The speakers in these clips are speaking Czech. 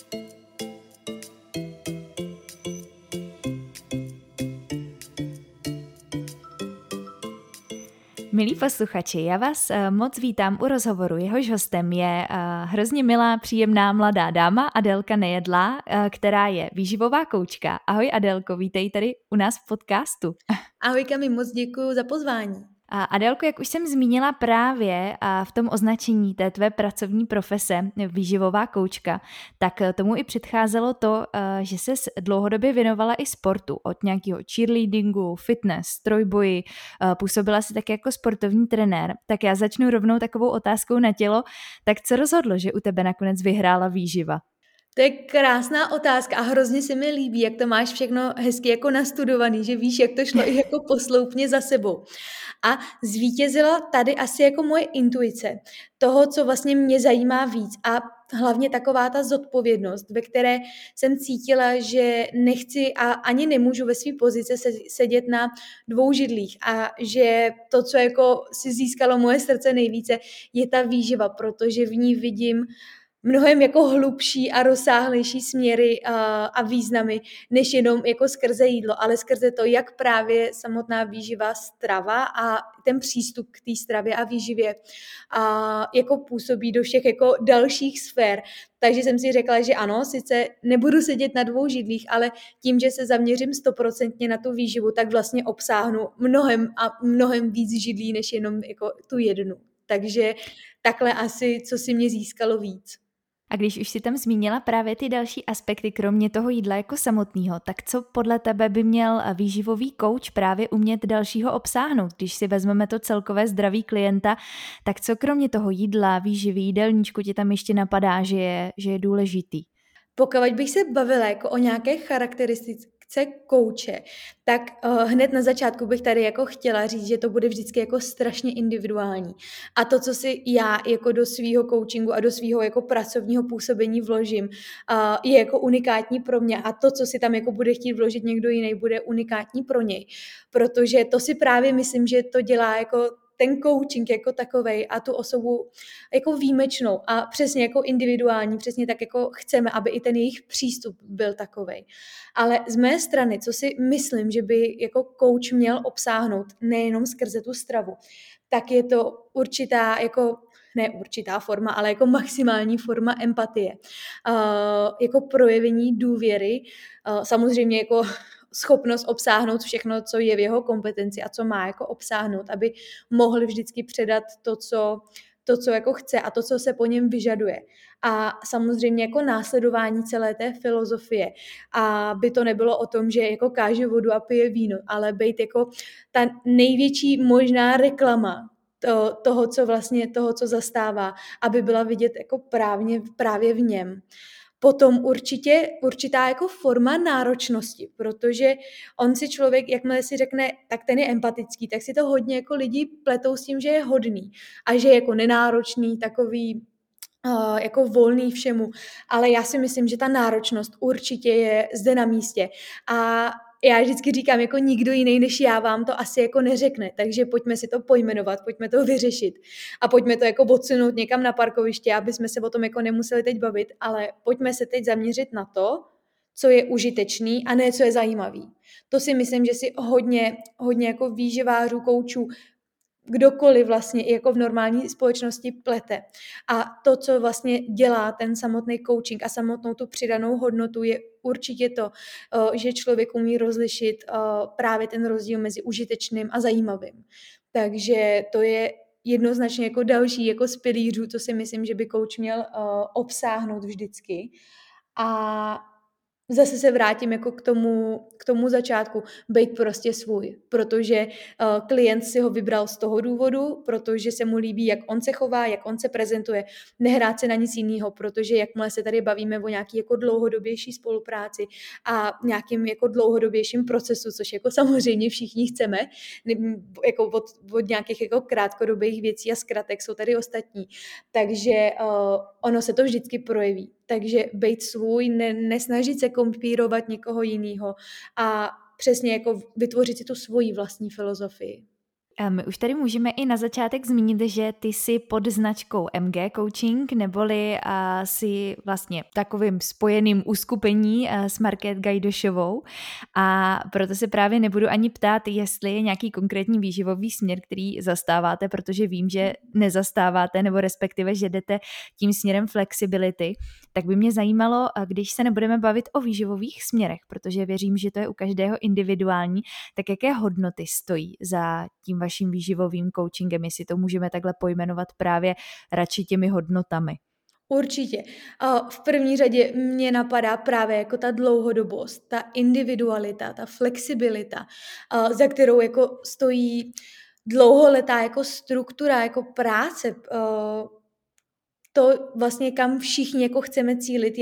Milí posluchači, já vás moc vítám u rozhovoru. Jehož hostem je hrozně milá, příjemná mladá dáma Adélka Nejedlá, která je výživová koučka. Ahoj Adélko, vítej tady u nás v podcastu. Ahoj Kami, moc děkuji za pozvání. Adélko, jak už jsem zmínila právě v tom označení té tvé pracovní profese, výživová koučka, tak tomu i předcházelo to, že ses dlouhodobě věnovala i sportu, od nějakého cheerleadingu, fitness, trojboji, působila si také jako sportovní trenér. Tak já začnu rovnou takovou otázkou na tělo. Tak co rozhodlo, že u tebe nakonec vyhrála výživa? To je krásná otázka a hrozně se mi líbí, jak to máš všechno hezky jako nastudovaný, že víš, jak to šlo i jako posloupně za sebou. A zvítězila tady asi jako moje intuice toho, co vlastně mě zajímá víc a hlavně taková ta zodpovědnost, ve které jsem cítila, že nechci a ani nemůžu ve své pozici sedět na dvou židlích a že to, co jako si získalo moje srdce nejvíce, je ta výživa, protože v ní vidím mnohem jako hlubší a rozsáhlejší směry a významy, než jenom jako skrze jídlo, ale skrze to, jak právě samotná výživa, strava a ten přístup k té stravě a výživě jako působí do všech jako dalších sfér. Takže jsem si řekla, že ano, sice nebudu sedět na dvou židlích, ale tím, že se zaměřím 100% na tu výživu, tak vlastně obsáhnu mnohem víc židlí, než jenom jako tu jednu. Takže takhle asi, co si mě získalo víc. A když už si tam zmínila právě ty další aspekty, kromě toho jídla jako samotného, tak co podle tebe by měl výživový kouč právě umět dalšího obsáhnout? Když si vezmeme to celkové zdraví klienta, tak co kromě toho jídla, výživy, jídelníčku ti tam ještě napadá, že je důležitý? Pokud bych se bavila jako o nějaké charakteristice kouče, tak hned na začátku bych tady jako chtěla říct, že to bude vždycky jako strašně individuální. A to, co si já jako do svýho coachingu a do svýho jako pracovního působení vložím, je jako unikátní pro mě a to, co si tam jako bude chtít vložit někdo jiný, bude unikátní pro něj. Protože to si právě myslím, že to dělá jako ten coaching jako takovej a tu osobu jako výjimečnou a přesně jako individuální, přesně tak jako chceme, aby i ten jejich přístup byl takovej. Ale z mé strany, co si myslím, že by jako coach měl obsáhnout nejenom skrze tu stravu, tak je to určitá jako ne určitá forma, ale jako maximální forma empatie. Jako projevení důvěry, samozřejmě jako schopnost obsáhnout všechno, co je v jeho kompetenci a co má jako obsáhnout, aby mohl vždycky předat to, co jako chce a to, co se po něm vyžaduje. A samozřejmě jako následování celé té filozofie. Aby to nebylo o tom, že jako káže vodu a pije víno, ale být jako ta největší možná reklama toho, co zastává, aby byla vidět jako právě v něm. Potom určitá jako forma náročnosti, protože on si člověk, jakmile si řekne, tak ten je empatický, tak si to hodně jako lidi pletou s tím, že je hodný a že je jako nenáročný, takový jako volný všemu. Ale já si myslím, že ta náročnost určitě je zde na místě. A já vždycky říkám, jako nikdo jiný než já vám to asi jako neřekne, takže pojďme si to pojmenovat, pojďme to vyřešit a pojďme to jako odsunout někam na parkoviště, aby jsme se o tom jako nemuseli teď bavit, ale pojďme se teď zaměřit na to, co je užitečný a ne, co je zajímavý. To si myslím, že si hodně jako výživářů, koučů, kdokoliv vlastně i jako v normální společnosti plete. A to, co vlastně dělá ten samotný coaching a samotnou tu přidanou hodnotu, je určitě to, že člověk umí rozlišit právě ten rozdíl mezi užitečným a zajímavým. Takže to je jednoznačně jako další jako z pilířů, co si myslím, že by coach měl obsáhnout vždycky. A zase se vrátím jako k tomu začátku, být prostě svůj, protože klient si ho vybral z toho důvodu, protože se mu líbí, jak on se chová, jak on se prezentuje, nehrát se na nic jiného, protože jakmile se tady bavíme o nějaký jako dlouhodobější spolupráci a nějakým jako dlouhodobějším procesu, což jako samozřejmě všichni chceme, jako od nějakých jako krátkodobých věcí a zkratek jsou tady ostatní, takže ono se to vždycky projeví. Takže být svůj, nesnažit se kopírovat někoho jiného a přesně jako vytvořit si tu svoji vlastní filozofii. My už tady můžeme i na začátek zmínit, že ty jsi pod značkou MG Coaching, neboli si vlastně takovým spojeným uskupení s Markétou Gajdošovou, a proto se právě nebudu ani ptát, jestli je nějaký konkrétní výživový směr, který zastáváte, protože vím, že nezastáváte, nebo respektive, že jdete tím směrem flexibility. Tak by mě zajímalo, když se nebudeme bavit o výživových směrech, protože věřím, že to je u každého individuální, tak jaké hodnoty stojí za tím vaším výživovým coachingem, jestli to můžeme takhle pojmenovat právě radši těmi hodnotami? Určitě. V první řadě mě napadá právě jako ta dlouhodobost, ta individualita, ta flexibilita, za kterou jako stojí dlouholetá jako struktura, jako práce, to vlastně, kam všichni jako chceme cílit,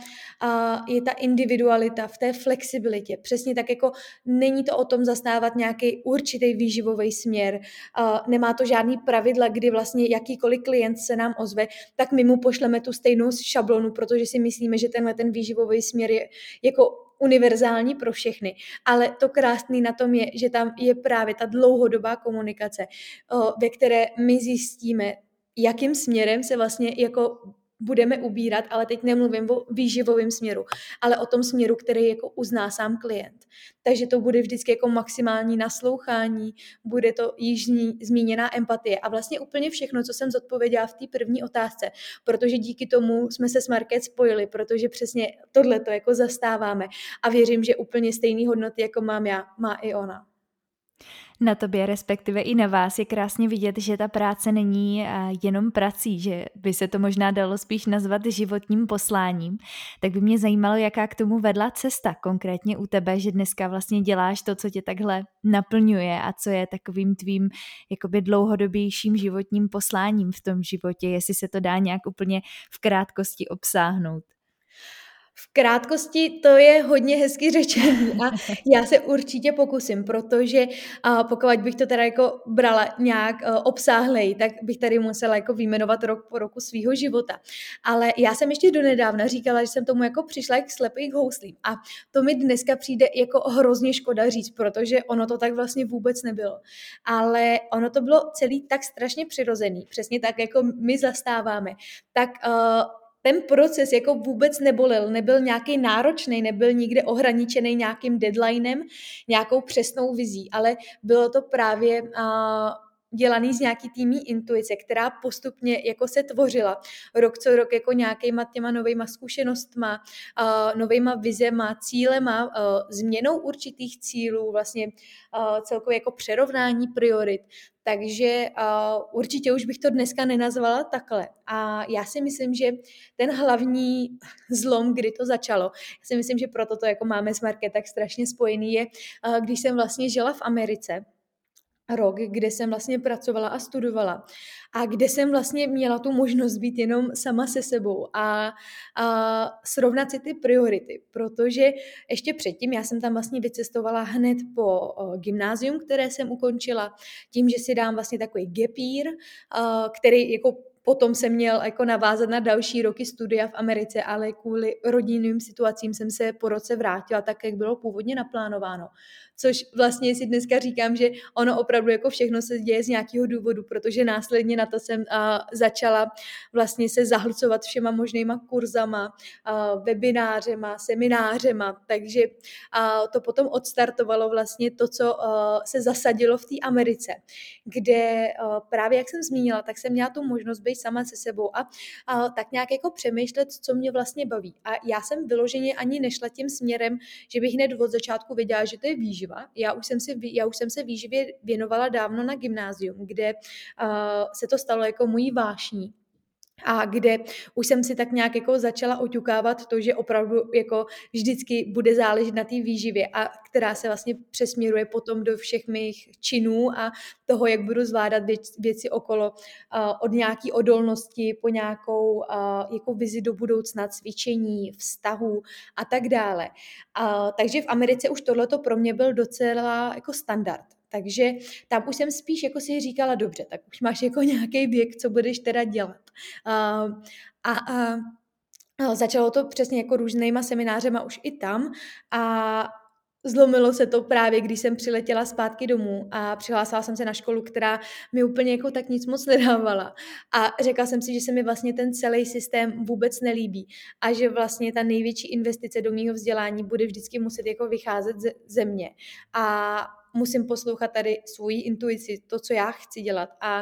je ta individualita v té flexibilitě. Přesně tak jako není to o tom zastávat nějaký určitý výživový směr, nemá to žádný pravidla, kdy vlastně jakýkoliv klient se nám ozve, tak my mu pošleme tu stejnou šablonu, protože si myslíme, že tenhle ten výživový směr je jako univerzální pro všechny. Ale to krásné na tom je, že tam je právě ta dlouhodobá komunikace, ve které my zjistíme, jakým směrem se vlastně jako budeme ubírat, ale teď nemluvím o výživovém směru, ale o tom směru, který jako uzná sám klient. Takže to bude vždycky jako maximální naslouchání, bude to již zmíněná empatie a vlastně úplně všechno, co jsem zodpověděla v té první otázce, protože díky tomu jsme se s Market spojili, protože přesně tohle to jako zastáváme a věřím, že úplně stejný hodnoty, jako mám já, má i ona. Na tobě, respektive i na vás, je krásně vidět, že ta práce není jenom prací, že by se to možná dalo spíš nazvat životním posláním. Tak by mě zajímalo, jaká k tomu vedla cesta konkrétně u tebe, že dneska vlastně děláš to, co tě takhle naplňuje a co je takovým tvým jakoby dlouhodobějším životním posláním v tom životě, jestli se to dá nějak úplně v krátkosti obsáhnout. V krátkosti to je hodně hezky řečený a já se určitě pokusím, protože pokud bych to teda jako brala nějak obsáhlej, tak bych tady musela jako vyjmenovat rok po roku svýho života. Ale já jsem ještě donedávna říkala, že jsem tomu jako přišla jak slepý k houslím a to mi dneska přijde jako hrozně škoda říct, protože ono to tak vlastně vůbec nebylo. Ale ono to bylo celý tak strašně přirozený, přesně tak, jako my zastáváme. Tak ten proces jako vůbec nebolel, nebyl nějaký náročný, nebyl nikde ohraničený nějakým deadlinem, nějakou přesnou vizí, ale bylo to právě dělaný z nějaký týmí intuice, která postupně jako se tvořila rok co rok jako nějakýma těma novejma zkušenostma, novejma vizema, cílema, změnou určitých cílů, vlastně celkově jako přerovnání priorit. Takže určitě už bych to dneska nenazvala takhle. A já si myslím, že ten hlavní zlom, kdy to začalo, já si myslím, že proto to jako máme s Market tak strašně spojený, je, když jsem vlastně žila v Americe, rok, kde jsem vlastně pracovala a studovala a kde jsem vlastně měla tu možnost být jenom sama se sebou a srovnat si ty priority, protože ještě předtím já jsem tam vlastně vycestovala hned po gymnázium, které jsem ukončila, tím, že si dám vlastně takový gap year, který jako potom jsem měl jako navázat na další roky studia v Americe, ale kvůli rodinným situacím jsem se po roce vrátila tak, jak bylo původně naplánováno. Což vlastně si dneska říkám, že ono opravdu jako všechno se děje z nějakého důvodu, protože následně na to jsem začala vlastně se zahlcovat všema možnýma kurzama, webinářema, seminářema, takže to potom odstartovalo vlastně to, co se zasadilo v té Americe, kde právě jak jsem zmínila, tak jsem měla tu možnost být sama se sebou a tak nějak jako přemýšlet, co mě vlastně baví. A já jsem vyloženě ani nešla tím směrem, že bych hned od začátku věděla, že to je výživa. Já už jsem se výživě věnovala dávno na gymnázium, kde se to stalo jako mojí vášní. A kde už jsem si tak nějak jako začala oťukávat to, že opravdu jako vždycky bude záležet na té výživě a která se vlastně přesměruje potom do všech mých činů a toho, jak budu zvládat věci okolo od nějaký odolnosti po nějakou jako vizi do budoucna, cvičení, vztahů a tak dále. Takže v Americe už tohleto pro mě byl docela jako standard. Takže tam už jsem spíš jako si říkala, dobře, tak už máš jako nějaký věk, co budeš teda dělat. Začalo to přesně jako různýma seminářema už i tam a zlomilo se to právě, když jsem přiletěla zpátky domů a přihlásila jsem se na školu, která mi úplně jako tak nic moc nedávala. A řekla jsem si, že se mi vlastně ten celý systém vůbec nelíbí a že vlastně ta největší investice do mýho vzdělání bude vždycky muset jako vycházet ze mě. A musím poslouchat tady svoji intuici, to, co já chci dělat a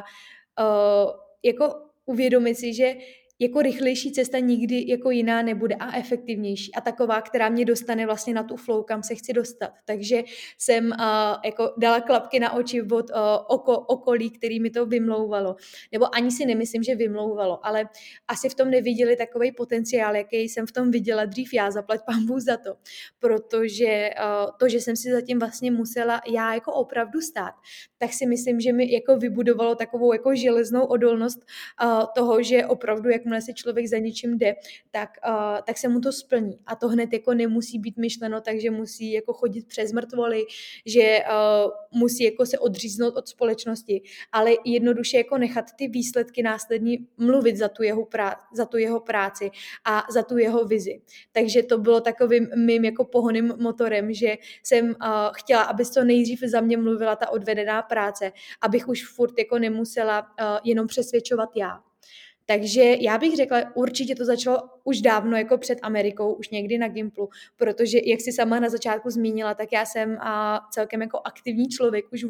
jako uvědomit si, že jako rychlejší cesta nikdy jako jiná nebude a efektivnější a taková, která mě dostane vlastně na tu flow, kam se chci dostat. Takže jsem jako dala klapky na oči od okolí, který mi to vymlouvalo. Nebo ani si nemyslím, že vymlouvalo, ale asi v tom neviděli takový potenciál, jaký jsem v tom viděla dřív já, zaplať pánbůh za to. Protože to, že jsem si zatím vlastně musela já jako opravdu stát, tak si myslím, že mi jako vybudovalo takovou jako železnou odolnost toho, že opravdu, jakmile se člověk za něčím jde, tak se mu to splní. A to hned jako nemusí být myšleno, takže musí jako chodit přes mrtvoly, že musí jako se odříznout od společnosti, ale jednoduše jako nechat ty výsledky následně mluvit za tu jeho práci a za tu jeho vizi. Takže to bylo takovým mým jako pohonným motorem, že jsem chtěla, aby to nejdřív za mě mluvila ta odvedená práce, abych už furt jako nemusela jenom přesvědčovat já. Takže já bych řekla, určitě to začalo už dávno jako před Amerikou, už někdy na Gimplu, protože jak jsi sama na začátku zmínila, tak já jsem celkem jako aktivní člověk už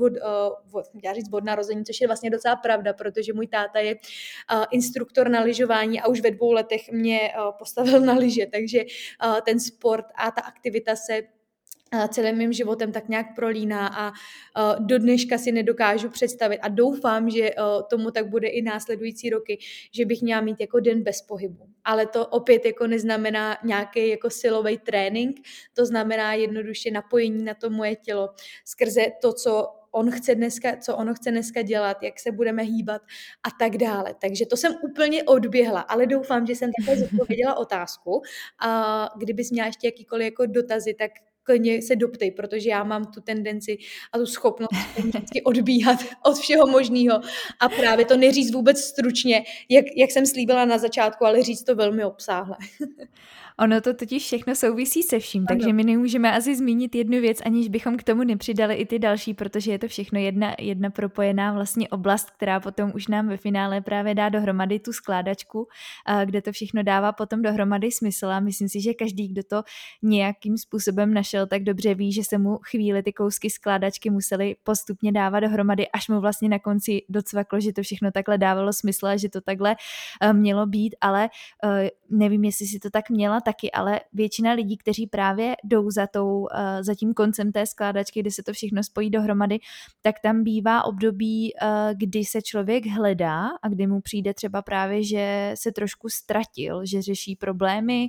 od narození, což je vlastně docela pravda, protože můj táta je instruktor na lyžování a už ve 2 letech mě postavil na lyže, takže ten sport a ta aktivita se celým mým životem tak nějak prolíná a do dneška si nedokážu představit a doufám, že tomu tak bude i následující roky, že bych měla mít jako den bez pohybu. Ale to opět jako neznamená nějaký jako silový trénink, to znamená jednoduše napojení na to moje tělo skrze to, co ono chce dneska dělat, jak se budeme hýbat a tak dále. Takže to jsem úplně odběhla, ale doufám, že jsem takhle zodpověděla otázku. A kdybys měla ještě jakýkoliv jako dotazy, tak klidně se doptej, protože já mám tu tendenci a tu schopnost vždycky odbíhat od všeho možného a právě to neříct vůbec stručně, jak jsem slíbila na začátku, ale říct to velmi obsáhle. Ono to totiž všechno souvisí se vším, takže my nemůžeme asi zmínit jednu věc, aniž bychom k tomu nepřidali i ty další, protože je to všechno jedna propojená vlastně oblast, která potom už nám ve finále právě dá dohromady tu skládačku, kde to všechno dává potom dohromady smysl a myslím si, že každý, kdo to nějakým způsobem našel, tak dobře ví, že se mu chvíli ty kousky skládačky museli postupně dávat dohromady, až mu vlastně na konci docvaklo, že to všechno takhle dávalo smysl a že to takhle mělo být, ale nevím, jestli si to tak měla taky, ale většina lidí, kteří právě jdou za tím koncem té skládačky, kdy se to všechno spojí dohromady, tak tam bývá období, kdy se člověk hledá a kdy mu přijde třeba právě, že se trošku ztratil, že řeší problémy,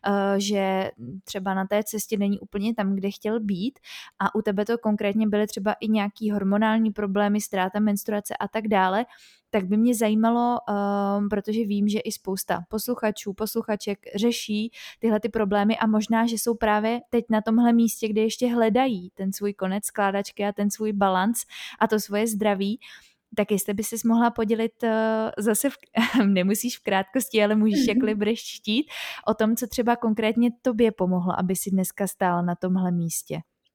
že třeba na té cestě není úplně tam, kde chtěl být a u tebe to konkrétně byly třeba i nějaký hormonální problémy, ztráta menstruace a tak dále, tak by mě zajímalo, protože vím, že i spousta posluchaček řeší tyhle ty problémy a možná, že jsou právě teď na tomhle místě, kde ještě hledají ten svůj konec skládačky a ten svůj balanc a to svoje zdraví, tak jestli by ses mohla podělit zase, nemusíš v krátkosti, ale můžeš jakkoliv budeš chtít, o tom, co třeba konkrétně tobě pomohlo, aby si dneska stála na tomhle místě.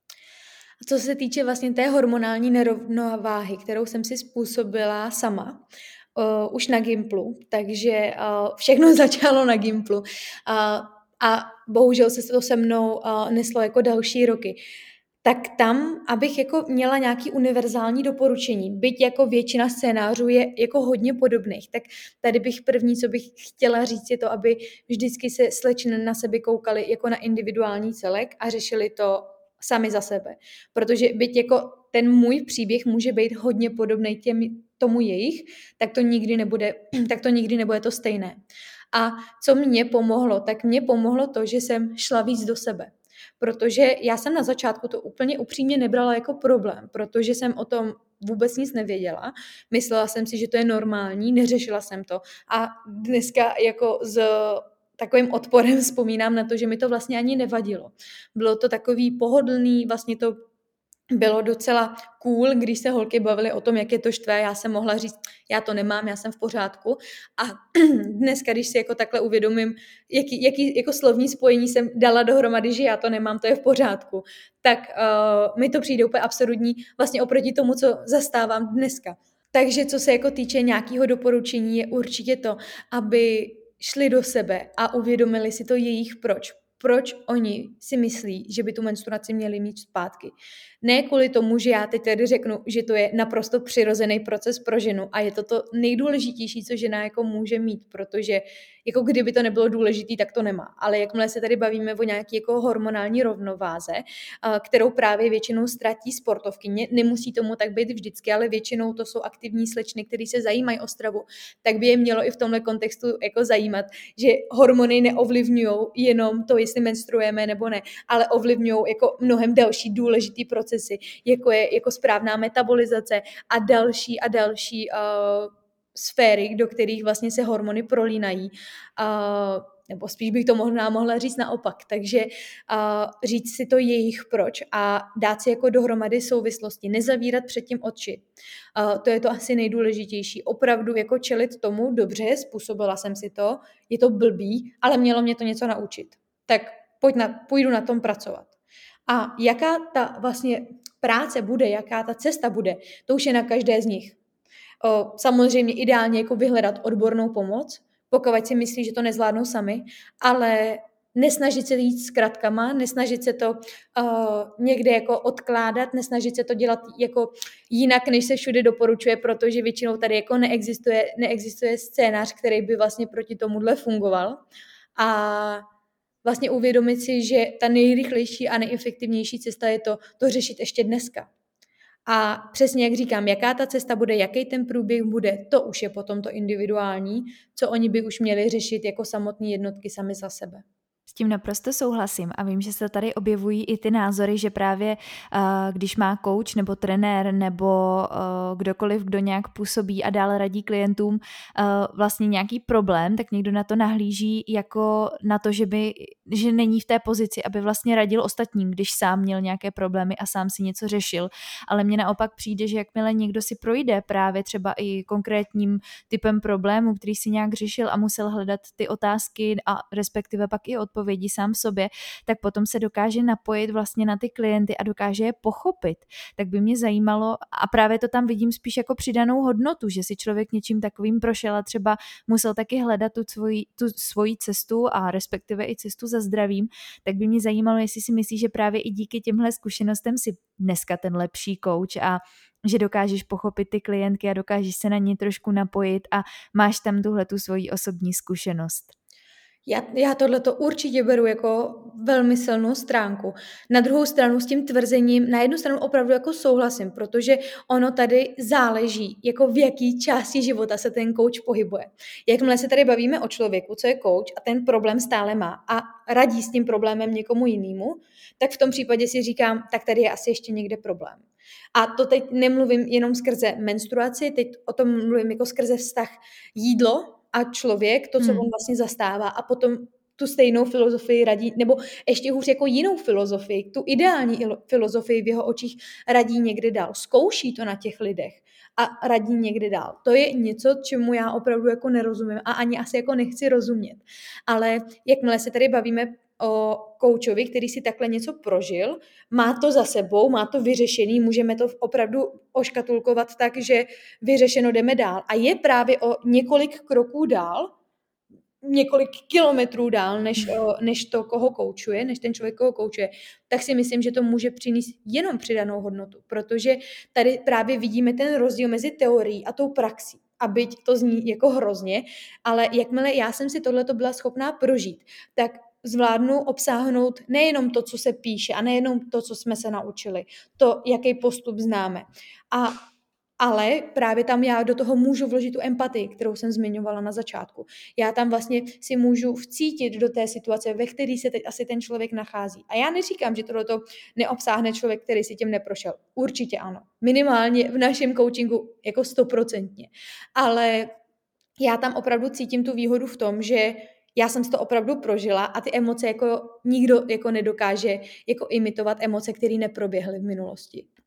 Co se týče vlastně té hormonální nerovnováhy, kterou jsem si způsobila sama, už na Gimplu, takže všechno začalo na Gimplu a bohužel se to se mnou neslo jako další roky. Tak tam, abych jako měla nějaký univerzální doporučení, byť jako většina scénářů je jako hodně podobných, tak tady bych první, co bych chtěla říct, je to, aby vždycky se slečny na sebe koukali jako na individuální celek a řešili to sami za sebe. Protože byť jako ten můj příběh může být hodně podobný tomu jejich, tak to nikdy nebude to stejné. A co mě pomohlo, tak mě pomohlo to, že jsem šla víc do sebe. Protože já jsem na začátku to úplně upřímně nebrala jako problém, protože jsem o tom vůbec nic nevěděla. Myslela jsem si, že to je normální, neřešila jsem to. A dneska jako s takovým odporem vzpomínám na to, že mi to vlastně ani nevadilo. Bylo to takový pohodlný, vlastně to bylo docela cool, když se holky bavily o tom, jak je to štve, já jsem mohla říct, já to nemám, já jsem v pořádku. A dneska, když si jako takhle uvědomím, jaký jako slovní spojení jsem dala dohromady, že já to nemám, to je v pořádku, tak mi to přijde úplně absurdní vlastně oproti tomu, co zastávám dneska. Takže co se jako týče nějakého doporučení, je určitě to, aby šli do sebe a uvědomili si to jejich proč oni si myslí, že by tu menstruaci měli mít zpátky. Ne kvůli tomu, že já teď tady řeknu, že to je naprosto přirozený proces pro ženu a je to nejdůležitější, co žena jako může mít, protože jako kdyby to nebylo důležitý, tak to nemá. Ale jakmile se tady bavíme o nějaké jako hormonální rovnováze, kterou právě většinou ztratí sportovkyně, nemusí tomu tak být vždycky, ale většinou to jsou aktivní slečny, které se zajímají o stravu, tak by je mělo i v tomhle kontextu jako zajímat, že hormony neovlivňují jenom to, jestli menstruujeme nebo ne, ale ovlivňují jako mnohem další důležitý procesy, jako je jako správná metabolizace a další sféry, do kterých vlastně se hormony prolínají. Nebo spíš bych to mohla říct naopak. Takže říct si to jejich proč a dát si jako dohromady souvislosti, nezavírat předtím oči. To je to asi nejdůležitější. Opravdu jako čelit tomu, dobře, způsobila jsem si to, je to blbý, ale mělo mě to něco naučit. Tak půjdu na tom pracovat. A jaká ta vlastně práce bude, jaká ta cesta bude, to už je na každé z nich. Samozřejmě ideálně jako vyhledat odbornou pomoc, pokud si myslí, že to nezvládnou sami, ale nesnažit se jít s kratkama, nesnažit se to někde jako odkládat, nesnažit se to dělat jako jinak, než se všude doporučuje, protože většinou tady jako neexistuje scénář, který by vlastně proti tomuhle fungoval. A vlastně uvědomit si, že ta nejrychlejší a nejefektivnější cesta je to řešit ještě dneska. A přesně jak říkám, jaká ta cesta bude, jaký ten průběh bude, to už je potom to individuální, co oni by už měli řešit jako samotné jednotky sami za sebe. S tím naprosto souhlasím a vím, že se tady objevují i ty názory, že právě když má coach nebo trenér nebo kdokoliv, kdo nějak působí a dále radí klientům vlastně nějaký problém, tak někdo na to nahlíží jako na to, že není v té pozici, aby vlastně radil ostatním, když sám měl nějaké problémy a sám si něco řešil. Ale mně naopak přijde, že jakmile někdo si projde právě třeba i konkrétním typem problému, který si nějak řešil a musel hledat ty otázky a respektive pak i odpovědi sám sobě, tak potom se dokáže napojit vlastně na ty klienty a dokáže je pochopit. Tak by mě zajímalo, a právě to tam vidím spíš jako přidanou hodnotu, že si člověk něčím takovým prošel a třeba musel taky hledat tu svoji cestu a respektive i cestu za zdravím, tak by mě zajímalo, jestli si myslíš, že právě i díky těmhle zkušenostem si dneska ten lepší coach a že dokážeš pochopit ty klientky a dokážeš se na ně trošku napojit a máš tam tuhletu svoji osobní zkušenost. Já tohleto určitě beru jako velmi silnou stránku. Na druhou stranu s tím tvrzením, na jednu stranu opravdu jako souhlasím, protože ono tady záleží, jako v jaký části života se ten coach pohybuje. Jakmile se tady bavíme o člověku, co je coach a ten problém stále má a radí s tím problémem někomu jinému, tak v tom případě si říkám, tak tady je asi ještě někde problém. A to teď nemluvím jenom skrze menstruaci, teď o tom mluvím jako skrze vztah jídlo a člověk, to, co on vlastně zastává a potom tu stejnou filozofii radí, nebo ještě hůř jako jinou filozofii, tu ideální filozofii v jeho očích radí někde dál. Zkouší to na těch lidech a radí někde dál. To je něco, čemu já opravdu jako nerozumím a ani asi jako nechci rozumět. Ale jakmile se tady bavíme o koučovi, který si takhle něco prožil, má to za sebou, má to vyřešený, můžeme to opravdu oškatulkovat tak, že vyřešeno, jdeme dál. A je právě o několik kroků dál, několik kilometrů dál, než to, koho koučuje, než ten člověk, koho koučuje, tak si myslím, že to může přinést jenom přidanou hodnotu, protože tady právě vidíme ten rozdíl mezi teorií a tou praxí. A byť to zní jako hrozně, ale jakmile já jsem si tohleto byla schopná prožít, tak zvládnu obsáhnout nejenom to, co se píše a nejenom to, co jsme se naučili, to, jaký postup známe. Ale právě tam já do toho můžu vložit tu empatii, kterou jsem zmiňovala na začátku. Já tam vlastně si můžu vcítit do té situace, ve které se teď asi ten člověk nachází. A já neříkám, že tohleto neobsáhne člověk, který si tím neprošel. Určitě ano. Minimálně v našem coachingu jako 100%. Ale já tam opravdu cítím tu výhodu v tom, že já jsem to opravdu prožila a ty emoce jako nikdo jako nedokáže jako imitovat emoce, které neproběhly v minulosti.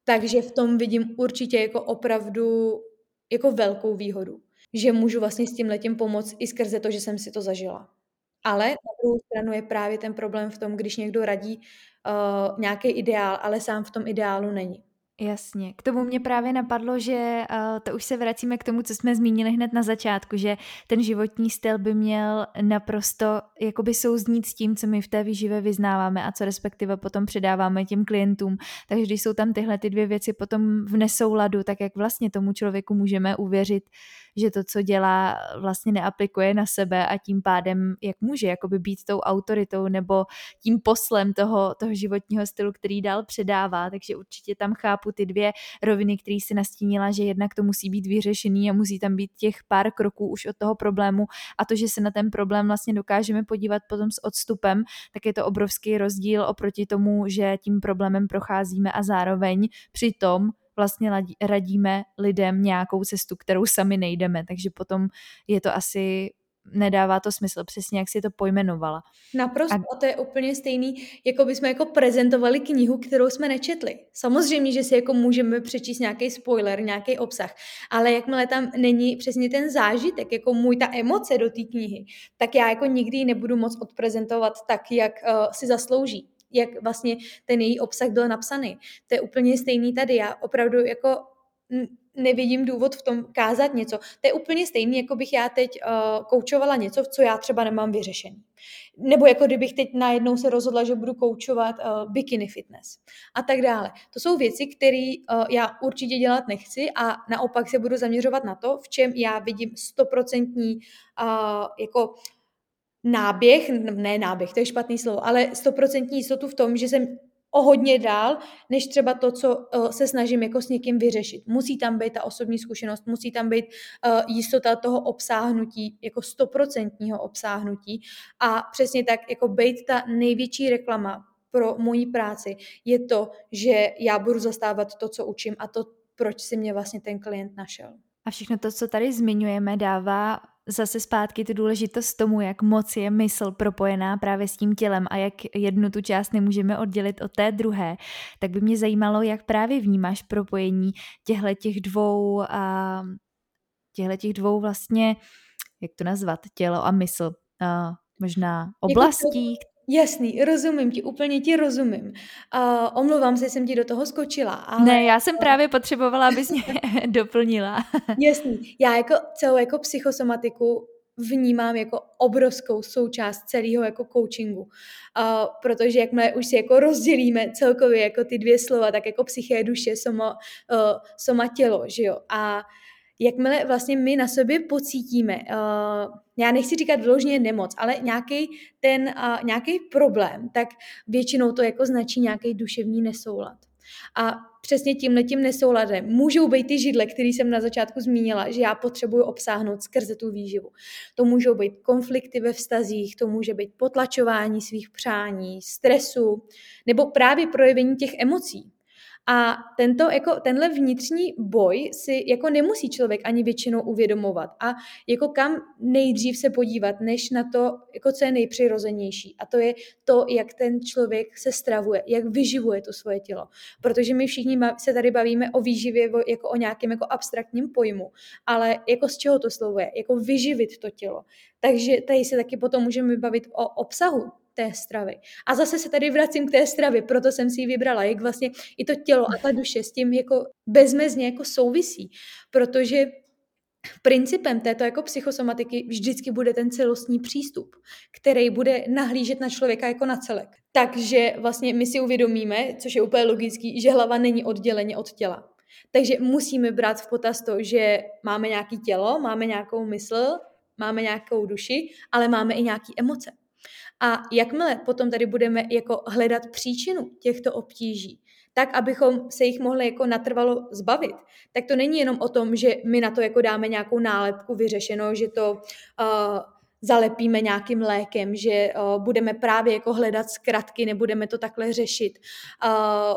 Takže v tom vidím určitě jako opravdu jako velkou výhodu, že můžu vlastně s tímhletím pomoct i skrze to, že jsem si to zažila. Ale na druhou stranu je právě ten problém v tom, když někdo radí nějaký ideál, ale sám v tom ideálu není. Jasně. K tomu mě právě napadlo, že to už se vracíme k tomu, co jsme zmínili hned na začátku, že ten životní styl by měl naprosto jakoby souznít s tím, co my v té výživě vyznáváme a co respektive potom předáváme těm klientům. Takže když jsou tam tyhle ty dvě věci potom v nesouladu, tak jak vlastně tomu člověku můžeme uvěřit, že to, co dělá, vlastně neaplikuje na sebe a tím pádem, jak může jakoby být tou autoritou nebo tím poslem toho životního stylu, který dál předává, takže určitě tam chápu ty dvě roviny, které si nastínila, že jednak to musí být vyřešený a musí tam být těch pár kroků už od toho problému a to, že se na ten problém vlastně dokážeme podívat potom s odstupem, tak je to obrovský rozdíl oproti tomu, že tím problémem procházíme a zároveň přitom vlastně radíme lidem nějakou cestu, kterou sami nejdeme, takže potom je to asi nedává to smysl, přesně jak si to pojmenovala. Naprosto, a to je úplně stejný, jako bychom jako prezentovali knihu, kterou jsme nečetli. Samozřejmě, že si jako můžeme přečíst nějaký spoiler, nějaký obsah, ale jakmile tam není přesně ten zážitek, jako ta emoce do té knihy, tak já jako nikdy ji nebudu moc odprezentovat tak, jak si zaslouží, jak vlastně ten její obsah byl napsaný. To je úplně stejný tady. Já opravdu jako nevidím důvod v tom kázat něco. To je úplně stejné, jako bych já teď koučovala něco, co já třeba nemám vyřešený. Nebo jako kdybych teď najednou se rozhodla, že budu koučovat bikini fitness a tak dále. To jsou věci, které já určitě dělat nechci a naopak se budu zaměřovat na to, v čem já vidím 100% jako náběh, to je špatný slovo, ale 100% jistotu v tom, že jsem o hodně dál, než třeba to, co se snažím jako s někým vyřešit. Musí tam být ta osobní zkušenost, musí tam být jistota toho obsáhnutí, jako 100% obsáhnutí a přesně tak, jako být ta největší reklama pro moji práci je to, že já budu zastávat to, co učím a to, proč si mě vlastně ten klient našel. A všechno to, co tady zmiňujeme, dává zase zpátky tu důležitost tomu, jak moc je mysl propojená právě s tím tělem a jak jednu tu část nemůžeme oddělit od té druhé, tak by mě zajímalo, jak právě vnímáš propojení těchto dvou vlastně, jak to nazvat, tělo a mysl, možná oblastí. Jasný, rozumím ti, úplně ti rozumím. Omlouvám se, jsem ti do toho skočila. Ale... Ne, já jsem právě potřebovala, abys mě doplnila. Jasný, já jako celou jako psychosomatiku vnímám jako obrovskou součást celého jako coachingu. Protože jakmile už si jako rozdělíme celkově jako ty dvě slova, tak jako psyché, duše, soma tělo, že jo. A jakmile vlastně my na sobě pocítíme, já nechci říkat vyloženě nemoc, ale nějaký problém, tak většinou to jako značí nějaký duševní nesoulad. A přesně tímhletím nesouladem můžou být ty židle, které jsem na začátku zmínila, že já potřebuju obsáhnout skrze tu výživu. To můžou být konflikty ve vztazích, to může být potlačování svých přání, stresu, nebo právě projevení těch emocí. A tenhle vnitřní boj si jako nemusí člověk ani většinou uvědomovat. A jako kam nejdřív se podívat, než na to, jako co je nejpřirozenější. A to je to, jak ten člověk se stravuje, jak vyživuje to svoje tělo. Protože my všichni se tady bavíme o výživě jako o nějakém jako abstraktním pojmu. Ale jako z čeho to slovo je? Jako vyživit to tělo. Takže tady se taky potom můžeme bavit o obsahu té stravy. A zase se tady vracím k té stravě, proto jsem si ji vybrala, jak vlastně i to tělo a ta duše s tím jako bezmezně jako souvisí, protože principem této jako psychosomatiky vždycky bude ten celostní přístup, který bude nahlížet na člověka jako na celek. Takže vlastně my si uvědomíme, což je úplně logický, že hlava není odděleně od těla. Takže musíme brát v potaz to, že máme nějaké tělo, máme nějakou mysl, máme nějakou duši, ale máme i nějaké emoce. A jakmile potom tady budeme jako hledat příčinu těchto obtíží, tak abychom se jich mohli jako natrvalo zbavit, tak to není jenom o tom, že my na to jako dáme nějakou nálepku vyřešeno, že to zalepíme nějakým lékem, že budeme právě jako hledat zkratky, nebudeme to takhle řešit.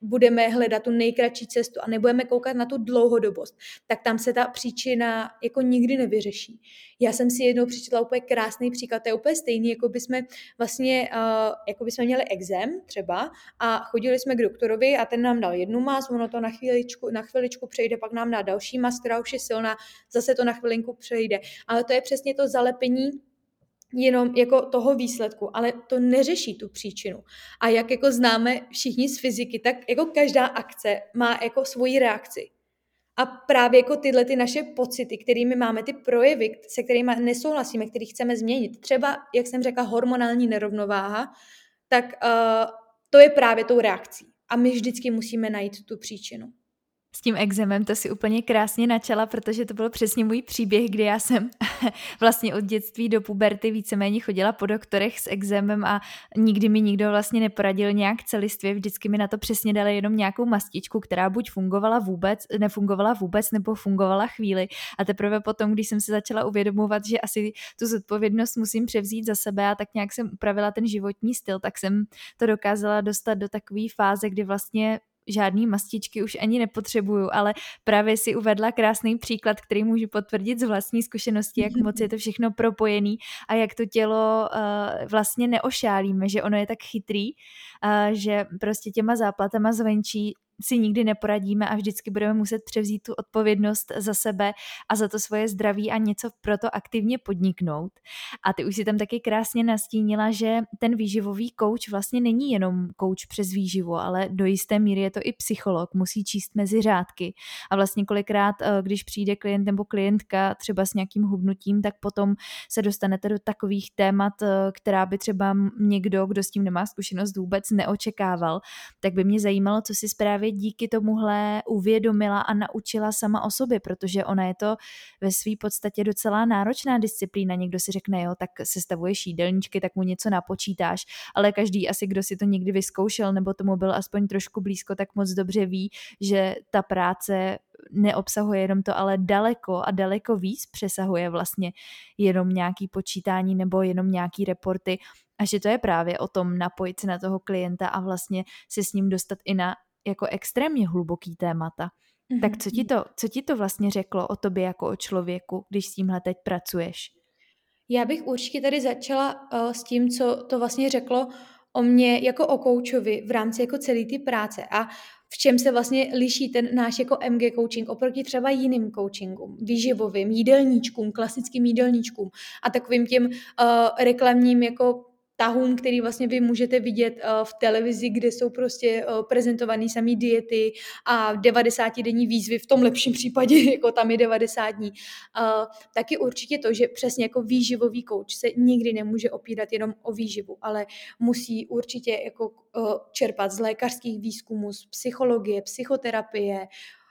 budeme hledat tu nejkratší cestu a nebudeme koukat na tu dlouhodobost, tak tam se ta příčina jako nikdy nevyřeší. Já jsem si jednou přečetla úplně krásný příklad, to je úplně stejný, jako bychom vlastně, jako bychom měli exém třeba a chodili jsme k doktorovi a ten nám dal jednu maz, ono to na chviličku přejde, pak nám dá další maz, která už je silná, zase to na chvilinku přejde. Ale to je přesně to zalepení jenom jako toho výsledku, ale to neřeší tu příčinu. A jak jako známe všichni z fyziky, tak jako každá akce má jako svoji reakci. A právě jako tyhle ty naše pocity, kterými máme ty projevy, se kterými nesouhlasíme, který chceme změnit, třeba, jak jsem řekla, hormonální nerovnováha, tak to je právě tou reakcí. A my vždycky musíme najít tu příčinu. S tím exémem to si úplně krásně načala, protože to byl přesně můj příběh, kdy já jsem vlastně od dětství do puberty víceméně chodila po doktorech s exémem a nikdy mi nikdo vlastně neporadil nějak celistvě, vždycky mi na to přesně dali jenom nějakou mastičku, která buď nefungovala vůbec, nebo fungovala chvíli. A teprve potom, když jsem se začala uvědomovat, že asi tu zodpovědnost musím převzít za sebe a tak nějak jsem upravila ten životní styl, tak jsem to dokázala dostat do takové fáze, kdy vlastně žádný mastičky už ani nepotřebuju, ale právě si uvedla krásný příklad, který můžu potvrdit z vlastní zkušenosti, jak moc je to všechno propojený a jak to tělo vlastně neošálíme, že ono je tak chytrý, že prostě těma záplatama zvenčí si nikdy neporadíme a vždycky budeme muset převzít tu odpovědnost za sebe a za to svoje zdraví a něco pro to aktivně podniknout. A ty už si tam taky krásně nastínila, že ten výživový kouč vlastně není jenom kouč přes výživu, ale do jisté míry je to i psycholog, musí číst mezi řádky. A vlastně kolikrát, když přijde klient nebo klientka třeba s nějakým hubnutím, tak potom se dostanete do takových témat, která by třeba někdo, kdo s tím nemá zkušenost vůbec neočekával. Tak by mě zajímalo, co si právě díky tomuhle uvědomila a naučila sama o sobě, protože ona je to ve své podstatě docela náročná disciplína. Někdo si řekne, jo, tak sestavuješ jídelníčky, tak mu něco napočítáš, ale každý asi, kdo si to někdy vyzkoušel nebo tomu byl aspoň trošku blízko, tak moc dobře ví, že ta práce neobsahuje jenom to, ale daleko a daleko víc přesahuje vlastně jenom nějaký počítání nebo jenom nějaký reporty a že to je právě o tom napojit se na toho klienta a vlastně se s ním dostat i na jako extrémně hluboký témata. Tak co ti to vlastně řeklo o tobě jako o člověku, když s tímhle teď pracuješ? Já bych určitě tady začala s tím, co to vlastně řeklo o mě jako o koučovi v rámci jako celé ty práce a v čem se vlastně liší ten náš jako MG coaching oproti třeba jiným coachingům, výživovým, jídelníčkům, klasickým jídelníčkům a takovým těm reklamním jako tahům, který vlastně vy můžete vidět v televizi, kde jsou prostě prezentované samý diety a 90-denní výzvy, v tom lepším případě, jako tam je 90 dní. Taky určitě to, že přesně jako výživový kouč se nikdy nemůže opírat jenom o výživu, ale musí určitě jako čerpat z lékařských výzkumů, z psychologie, psychoterapie,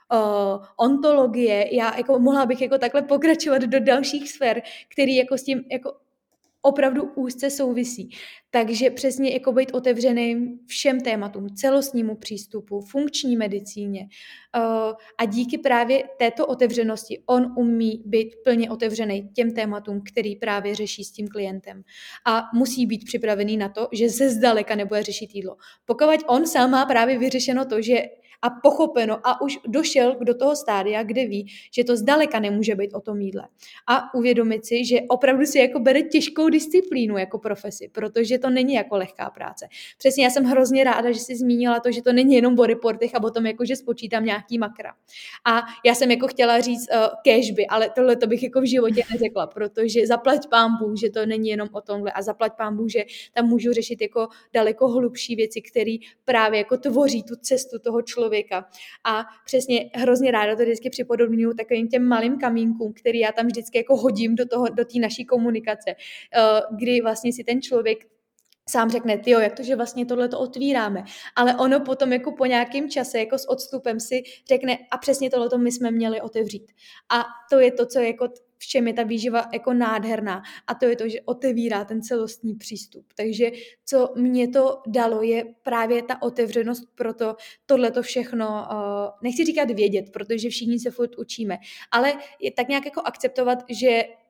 ontologie. Já jako mohla bych jako takhle pokračovat do dalších sfér, který jako s tím jako opravdu úzce souvisí. Takže přesně jako být otevřený všem tématům, celostnímu přístupu, funkční medicíně. A díky právě této otevřenosti on umí být plně otevřený těm tématům, který právě řeší s tím klientem. A musí být připravený na to, že se zdaleka nebude řešit jídlo. Pokud on sám má právě vyřešeno to, že a pochopeno a už došel do toho stádia, kde ví, že to zdaleka nemůže být o tom jídle. A uvědomit si, že opravdu si jako bere těžkou disciplínu jako profesi, protože to není jako lehká práce. Přesně já jsem hrozně ráda, že jsi zmínila to, že to není jenom o reportech a o tom, jako, že spočítám nějaký makra. A já jsem jako chtěla říct cashby, ale tohle to bych jako v životě neřekla, protože zaplať pán Bůh, že to není jenom o tomhle a zaplať pán Bůh, že tam můžu řešit jako daleko hlubší věci, které právě jako tvoří tu cestu toho člověka. A přesně hrozně ráda to vždycky připodobňuji takovým těm malým kamínkům, který já tam vždycky jako hodím do té naší komunikace, kdy vlastně si ten člověk sám řekne, tyjo, jak to, že vlastně tohleto otvíráme. Ale ono potom jako po nějakém čase, jako s odstupem si řekne, a přesně tohleto my jsme měli otevřít. A to je to, co jako v čem je ta výživa jako nádherná. A to je to, že otevírá ten celostní přístup. Takže co mě to dalo, je právě ta otevřenost pro tohleto všechno, nechci říkat vědět, protože všichni se furt učíme, ale je tak nějak jako akceptovat, že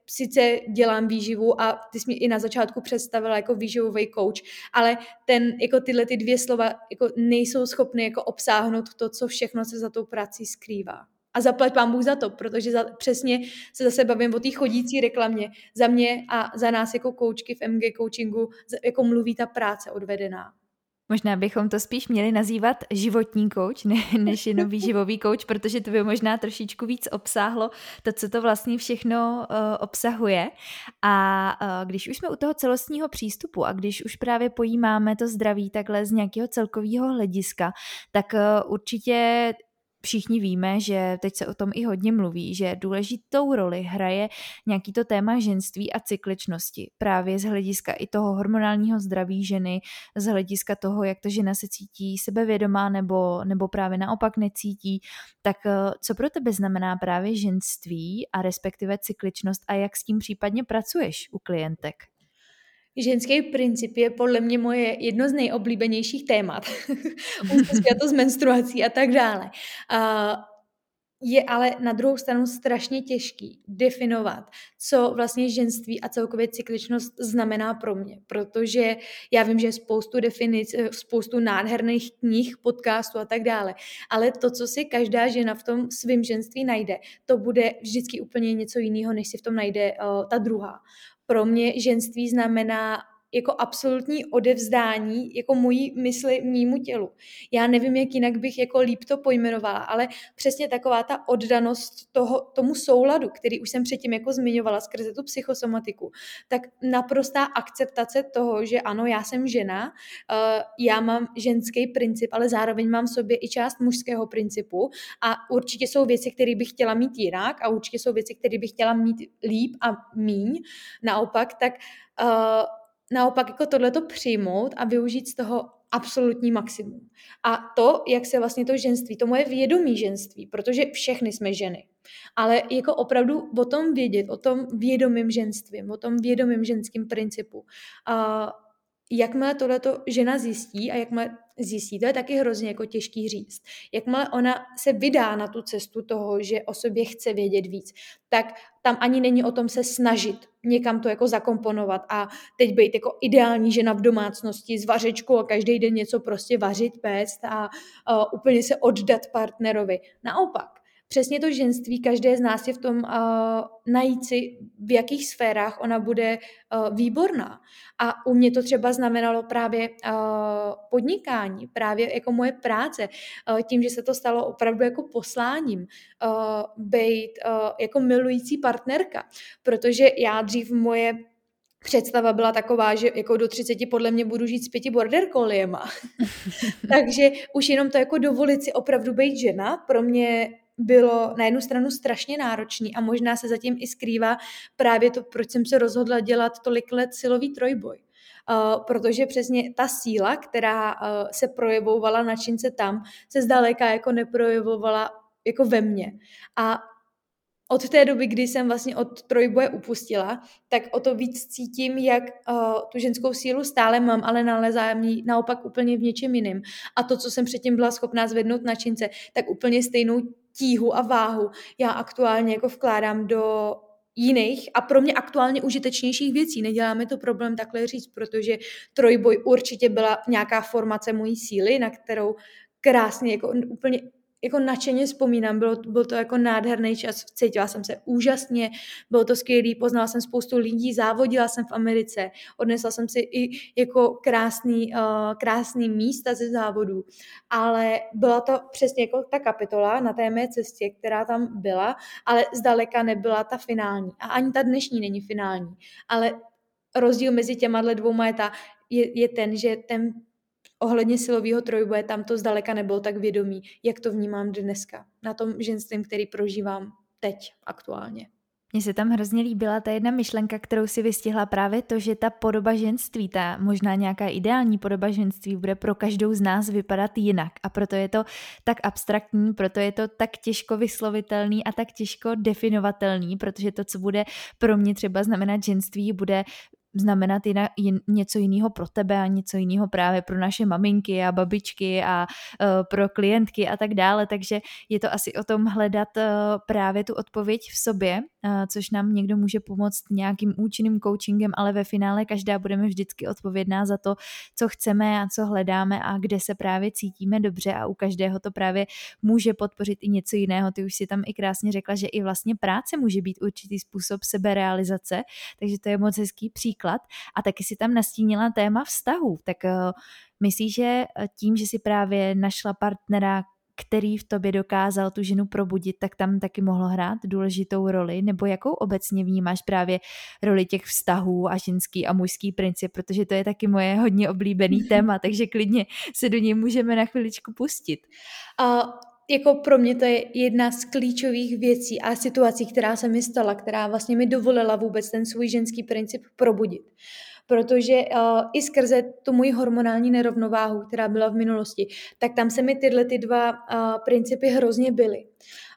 sice dělám výživu a ty jsi mě i na začátku představila jako výživový coach, ale jako tyhle ty 2 slova jako nejsou schopny jako obsáhnout to, co všechno se za tou prací skrývá. A zaplať pán Bůh za to, protože přesně se zase bavím o té chodící reklamě. Za mě a za nás jako koučky v MG coachingu jako mluví ta práce odvedená. Možná bychom to spíš měli nazývat životní kouč, než jenom výživový kouč, protože to by možná trošičku víc obsáhlo to, co to vlastně všechno obsahuje. A když už jsme u toho celostního přístupu a když už právě pojímáme to zdraví takhle z nějakého celkového hlediska, tak určitě všichni víme, že teď se o tom i hodně mluví, že důležitou roli hraje nějaký to téma ženství a cykličnosti. Právě z hlediska i toho hormonálního zdraví ženy, z hlediska toho, jak ta žena se cítí sebevědomá nebo právě naopak necítí. Tak co pro tebe znamená právě ženství a respektive cykličnost a jak s tím případně pracuješ u klientek? Ženský princip je podle mě moje jedno z nejoblíbenějších témat. Úzce spjato s menstruací a tak dále. Je ale na druhou stranu strašně těžký definovat, co vlastně ženství a celkově cykličnost znamená pro mě, protože já vím, že je spoustu definic, spoustu nádherných knih, podcastů a tak dále, ale to, co si každá žena v tom svém ženství najde, to bude vždycky úplně něco jiného, než si v tom najde ta druhá. Pro mě ženství znamená jako absolutní odevzdání jako mojí mysli, mýmu tělu. Já nevím, jak jinak bych jako líp to pojmenovala, ale přesně taková ta oddanost tomu souladu, který už jsem předtím jako zmiňovala skrze tu psychosomatiku, tak naprostá akceptace toho, že ano, já jsem žena, já mám ženský princip, ale zároveň mám v sobě i část mužského principu a určitě jsou věci, které bych chtěla mít jinak a určitě jsou věci, které bych chtěla mít líp a míň. Naopak, tak naopak jako tohleto přijmout a využít z toho absolutní maximum. A to, jak se vlastně to ženství, to moje vědomí ženství, protože všechny jsme ženy, ale jako opravdu o tom vědět, o tom vědomým ženstvím, o tom vědomým ženským principu. Jakmile tohleto žena zjistí a jakmile zjistí, to je taky hrozně jako těžký říct, jakmile ona se vydá na tu cestu toho, že o sobě chce vědět víc, tak tam ani není o tom se snažit někam to jako zakomponovat a teď být jako ideální žena v domácnosti s vařečkou a každý den něco prostě vařit, péct a úplně se oddat partnerovi. Naopak, přesně to ženství, každé z nás je v tom najít si, v jakých sférách ona bude výborná. A u mě to třeba znamenalo právě podnikání, právě jako moje práce, tím, že se to stalo opravdu jako posláním, být jako milující partnerka, protože já dřív moje představa byla taková, že jako do 30 podle mě budu žít s 5 border colliema. Takže už jenom to jako dovolit si opravdu být žena, pro mě bylo na jednu stranu strašně náročný a možná se zatím i skrývá právě to, proč jsem se rozhodla dělat tolik let silový trojboj. Protože přesně ta síla, která se projevovala na čince tam, se zdaleka jako neprojevovala jako ve mně. A od té doby, kdy jsem vlastně od trojboje upustila, tak o to víc cítím, jak tu ženskou sílu stále mám, ale nalézám ji naopak úplně v něčem jiném. A to, co jsem předtím byla schopná zvednout na čince, tak úplně stejnou tíhu a váhu já aktuálně jako vkládám do jiných a pro mě aktuálně užitečnějších věcí. Neděláme to problém takhle říct, protože trojboj určitě byla nějaká formace mojí síly, na kterou krásně jako úplně jako nadšeně vzpomínám, byl to jako nádherný čas, cítila jsem se úžasně, bylo to skvělý, poznala jsem spoustu lidí, závodila jsem v Americe, odnesla jsem si i jako krásný místa ze závodů, ale byla to přesně jako ta kapitola na té mé cestě, která tam byla, ale zdaleka nebyla ta finální a ani ta dnešní není finální, ale rozdíl mezi těma dvouma je ten, že ten ohledně silového trojboje tam to zdaleka nebylo tak vědomí, jak to vnímám dneska, na tom ženstvím, který prožívám teď aktuálně. Mně se tam hrozně líbila ta jedna myšlenka, kterou si vystihla právě to, že ta podoba ženství, ta možná nějaká ideální podoba ženství bude pro každou z nás vypadat jinak a proto je to tak abstraktní, proto je to tak těžko vyslovitelný a tak těžko definovatelný, protože to, co bude pro mě třeba znamenat ženství, bude znamenat něco jiného pro tebe a něco jiného právě pro naše maminky a babičky a pro klientky a tak dále, takže je to asi o tom hledat právě tu odpověď v sobě, což nám někdo může pomoct nějakým účinným coachingem, ale ve finále každá budeme vždycky odpovědná za to, co chceme a co hledáme a kde se právě cítíme dobře a u každého to právě může podpořit i něco jiného. Ty už si tam i krásně řekla, že i vlastně práce může být určitý způsob seberealizace, takže to je moc hezký příklad. A taky si tam nastínila téma vztahů, tak myslíš, že tím, že si právě našla partnera, který v tobě dokázal tu ženu probudit, tak tam taky mohlo hrát důležitou roli, nebo jakou obecně vnímáš právě roli těch vztahů a ženský a mužský princip, protože to je taky moje hodně oblíbený téma, takže klidně se do něj můžeme na chviličku pustit. Jako pro mě to je jedna z klíčových věcí a situací, která se mi stala, která vlastně mi dovolila vůbec ten svůj ženský princip probudit. Protože i skrze tu moji hormonální nerovnováhu, která byla v minulosti, tak tam se mi tyhle ty dva principy hrozně byly.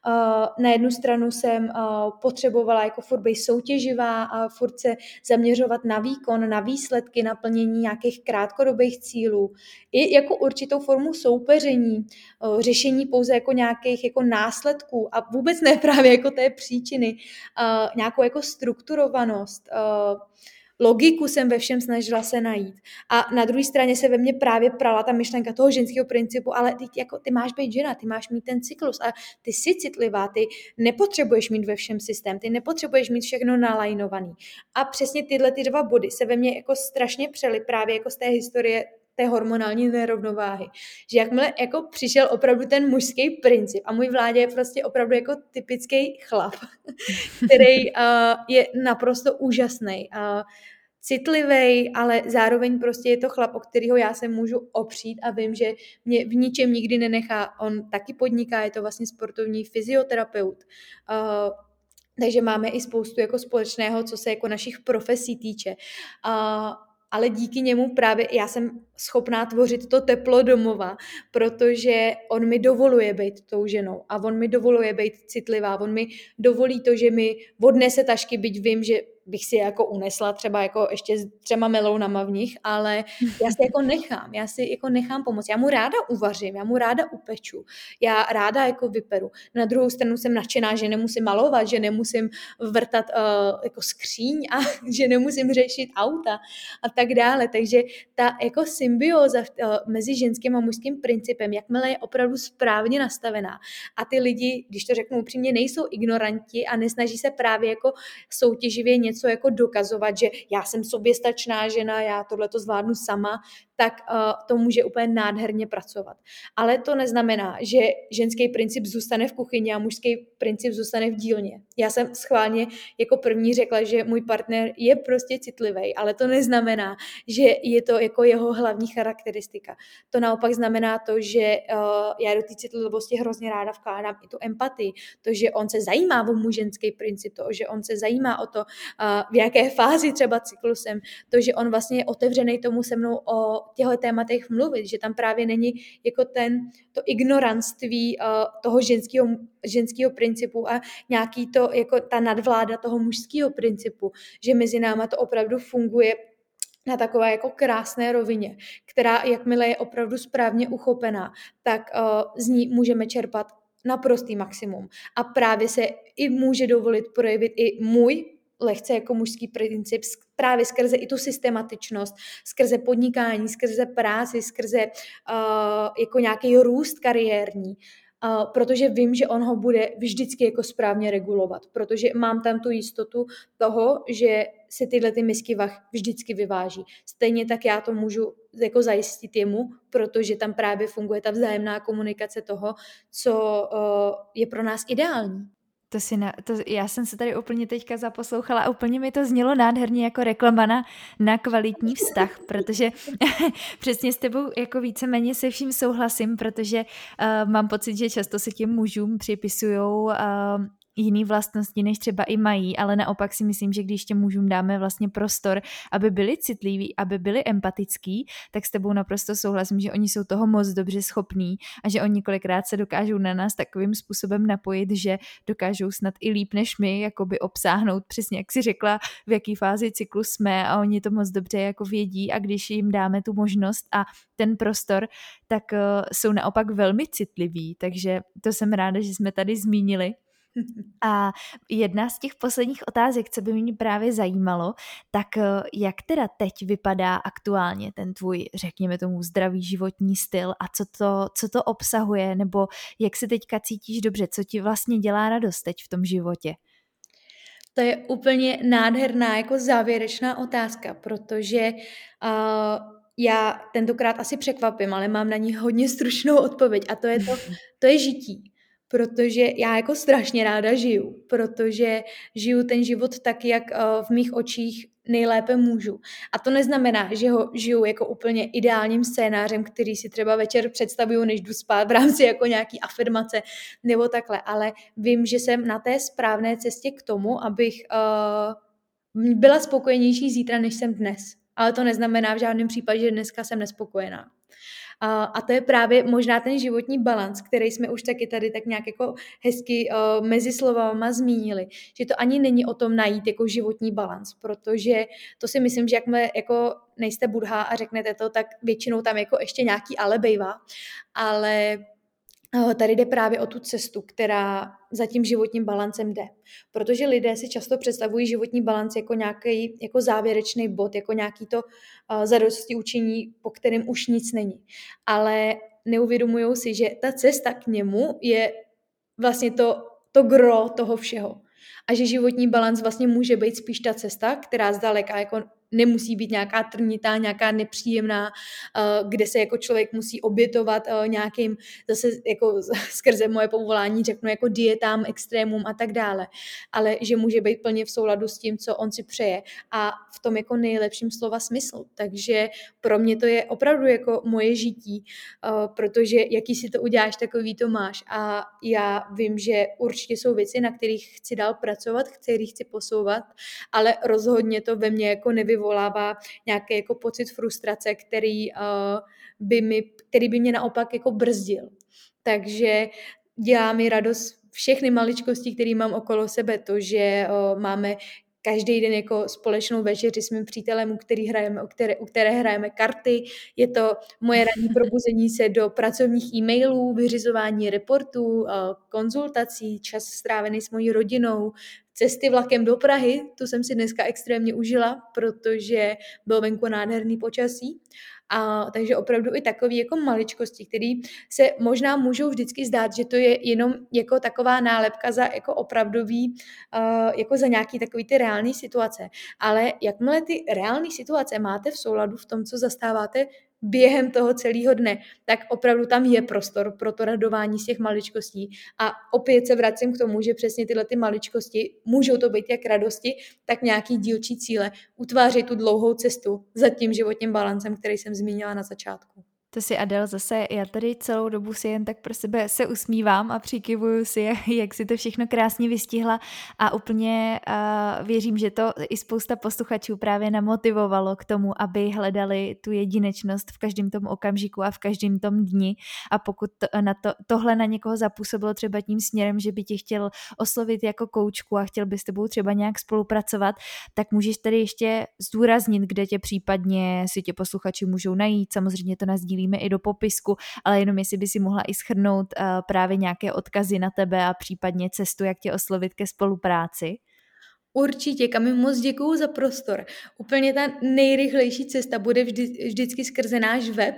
Na jednu stranu jsem potřebovala jako furt být soutěživá a furt se zaměřovat na výkon, na výsledky, na plnění nějakých krátkodobých cílů. I jako určitou formu soupeření, řešení pouze jako nějakých jako následků a vůbec ne právě jako té příčiny, nějakou jako strukturovanost, logiku jsem ve všem snažila se najít. A na druhé straně se ve mně právě prala ta myšlenka toho ženského principu, ale ty máš být žena, ty máš mít ten cyklus a ty jsi citlivá, ty nepotřebuješ mít ve všem systém, ty nepotřebuješ mít všechno nalajnovaný. A přesně tyhle ty dva body se ve mně jako strašně přely právě jako z té historie té hormonální nerovnováhy. Že jakmile jako přišel opravdu ten mužský princip a můj Vládě je prostě opravdu jako typický chlap, který je naprosto úžasný, citlivý, ale zároveň prostě je to chlap, o kterého já se můžu opřít a vím, že mě v ničem nikdy nenechá. On taky podniká, je to vlastně sportovní fyzioterapeut. Takže máme i spoustu jako společného, co se jako našich profesí týče. Ale díky němu právě já jsem schopná tvořit to teplo domova, protože on mi dovoluje být tou ženou a on mi dovoluje být citlivá, on mi dovolí to, že mi odnese tašky, byť vím, že bych si je jako unesla třeba jako ještě s 3 melounama v nich, ale já si jako nechám pomoct. Já mu ráda uvařím, já mu ráda upeču, já ráda jako vyperu. Na druhou stranu jsem nadšená, že nemusím malovat, že nemusím vrtat jako skříň a že nemusím řešit auta a tak dále. Takže ta jako symbióza mezi ženským a mužským principem, jakmile je opravdu správně nastavená a ty lidi, když to řeknu upřímně, nejsou ignoranti a nesnaží se právě jako soutěživě něco jako dokazovat, že já jsem soběstačná žena, já tohleto zvládnu sama, tak to může úplně nádherně pracovat. Ale to neznamená, že ženský princip zůstane v kuchyni a mužský princip zůstane v dílně. Já jsem schválně jako první řekla, že můj partner je prostě citlivý, ale to neznamená, že je to jako jeho hlavní charakteristika. To naopak znamená to, že já do té citlivosti hrozně ráda vkládám i tu empatii, to, že on se zajímá o můj ženský princip, to, že on se zajímá o to, v jaké fázi třeba cyklusem, to, že on vlastně je otevřený tomu se mnou o těchto tématech mluvit, že tam právě není jako to ignoranství toho ženského principu a nějaký to, jako ta nadvláda toho mužského principu, že mezi náma to opravdu funguje na takové jako krásné rovině, která jakmile je opravdu správně uchopená, tak z ní můžeme čerpat naprostý maximum. A právě se i může dovolit projevit i můj lehce jako mužský princip právě skrze i tu systematičnost, skrze podnikání, skrze práci, skrze jako nějaký růst kariérní, protože vím, že on ho bude vždycky jako správně regulovat, protože mám tam tu jistotu toho, že si tyhle ty misky vah vždycky vyváží. Stejně tak já to můžu jako zajistit jemu, protože tam právě funguje ta vzájemná komunikace toho, co je pro nás ideální. Já jsem se tady úplně teďka zaposlouchala a úplně mi to znělo nádherně jako reklama na kvalitní vztah, protože přesně s tebou jako víceméně se vším souhlasím, protože mám pocit, že často se těm mužům připisujou jiný vlastnosti, než třeba i mají, ale naopak si myslím, že když těm mužům dáme vlastně prostor, aby byli citliví, aby byli empatický, tak s tebou naprosto souhlasím, že oni jsou toho moc dobře schopní a že oni několikrát se dokážou na nás takovým způsobem napojit, že dokážou snad i líp než my, jakoby obsáhnout přesně, jak si řekla, v jaký fázi cyklu jsme a oni to moc dobře jako vědí a když jim dáme tu možnost a ten prostor, tak jsou naopak velmi citliví, takže to jsem ráda, že jsme tady zmínili. A jedna z těch posledních otázek, co by mě právě zajímalo, tak jak teda teď vypadá aktuálně ten tvůj, řekněme tomu, zdravý životní styl a co to obsahuje, nebo jak se teďka cítíš dobře, co ti vlastně dělá radost teď v tom životě? To je úplně nádherná jako závěrečná otázka, protože já tentokrát asi překvapím, ale mám na ní hodně stručnou odpověď a to je žití. Protože já jako strašně ráda žiju, protože žiju ten život tak, jak v mých očích nejlépe můžu. A to neznamená, že ho žiju jako úplně ideálním scénářem, který si třeba večer představuju, než jdu spát v rámci jako nějaký afirmace nebo takhle, ale vím, že jsem na té správné cestě k tomu, abych byla spokojenější zítra, než jsem dnes. Ale to neznamená v žádném případě, že dneska jsem nespokojená. A to je právě možná ten životní balans, který jsme už taky tady tak nějak jako hezky mezi slovama zmínili, že to ani není o tom najít jako životní balans, protože to si myslím, že jakmile jako nejste Buddha a řeknete to, tak většinou tam jako ještě nějaký ale bejvá, ale tady jde právě o tu cestu, která za tím životním balancem jde. Protože lidé si často představují životní balans jako nějaký jako závěrečný bod, jako nějaký to zadosti učení, po kterém už nic není. Ale neuvědomují si, že ta cesta k němu je vlastně to gro toho všeho. A že životní balans vlastně může být spíš ta cesta, která zdaleka jako nemusí být nějaká trnitá, nějaká nepříjemná, kde se jako člověk musí obětovat nějakým, zase jako skrze moje povolání řeknu jako dietám, extrémům a tak dále, ale že může být plně v souladu s tím, co on si přeje a v tom jako nejlepším slova smyslu. Takže pro mě to je opravdu jako moje žití, protože jaký si to uděláš, takový to máš a já vím, že určitě jsou věci, na kterých chci dál pracovat, kterých chci posouvat, ale rozhodně to ve mně jako nevyvolává nějaký jako pocit frustrace, který by mě naopak jako brzdil. Takže dělá mi radost všechny maličkosti, které mám okolo sebe, to, že máme každý den jako společnou večeři s mým přítelem, u které hrajeme karty. Je to moje ranní probuzení se do pracovních e-mailů, vyřizování reportů, konzultací, čas strávený s mojí rodinou, cesty vlakem do Prahy, tu jsem si dneska extrémně užila, protože bylo venku nádherný počasí. Takže opravdu i takové jako maličkosti, které se možná můžou vždycky zdát, že to je jenom jako taková nálepka za jako opravdový, jako za nějaký takový ty reální situace. Ale jakmile ty reální situace máte v souladu v tom, co zastáváte během toho celého dne, tak opravdu tam je prostor pro to radování z těch maličkostí. A opět se vracím k tomu, že přesně tyhle ty maličkosti, můžou to být jak radosti, tak nějaký dílčí cíle, utváří tu dlouhou cestu za tím životním balancem, který jsem zmínila na začátku. To si Adel zase, já tady celou dobu si jen tak pro sebe se usmívám a přikivuju si, jak si to všechno krásně vystihla a úplně věřím, že to i spousta posluchačů právě namotivovalo k tomu, aby hledali tu jedinečnost v každém tom okamžiku a v každém tom dni a pokud tohle na někoho zapůsobilo třeba tím směrem, že by tě chtěl oslovit jako koučku a chtěl by s tebou třeba nějak spolupracovat, tak můžeš tady ještě zdůraznit, kde tě případně si tě posluchači můžou najít, samozřejmě to nasdílíme i do popisku, ale jenom jestli by si mohla i shrnout právě nějaké odkazy na tebe a případně cestu, jak tě oslovit ke spolupráci. Určitě, Kami, moc děkuju za prostor. Úplně ta nejrychlejší cesta bude vždycky skrze náš web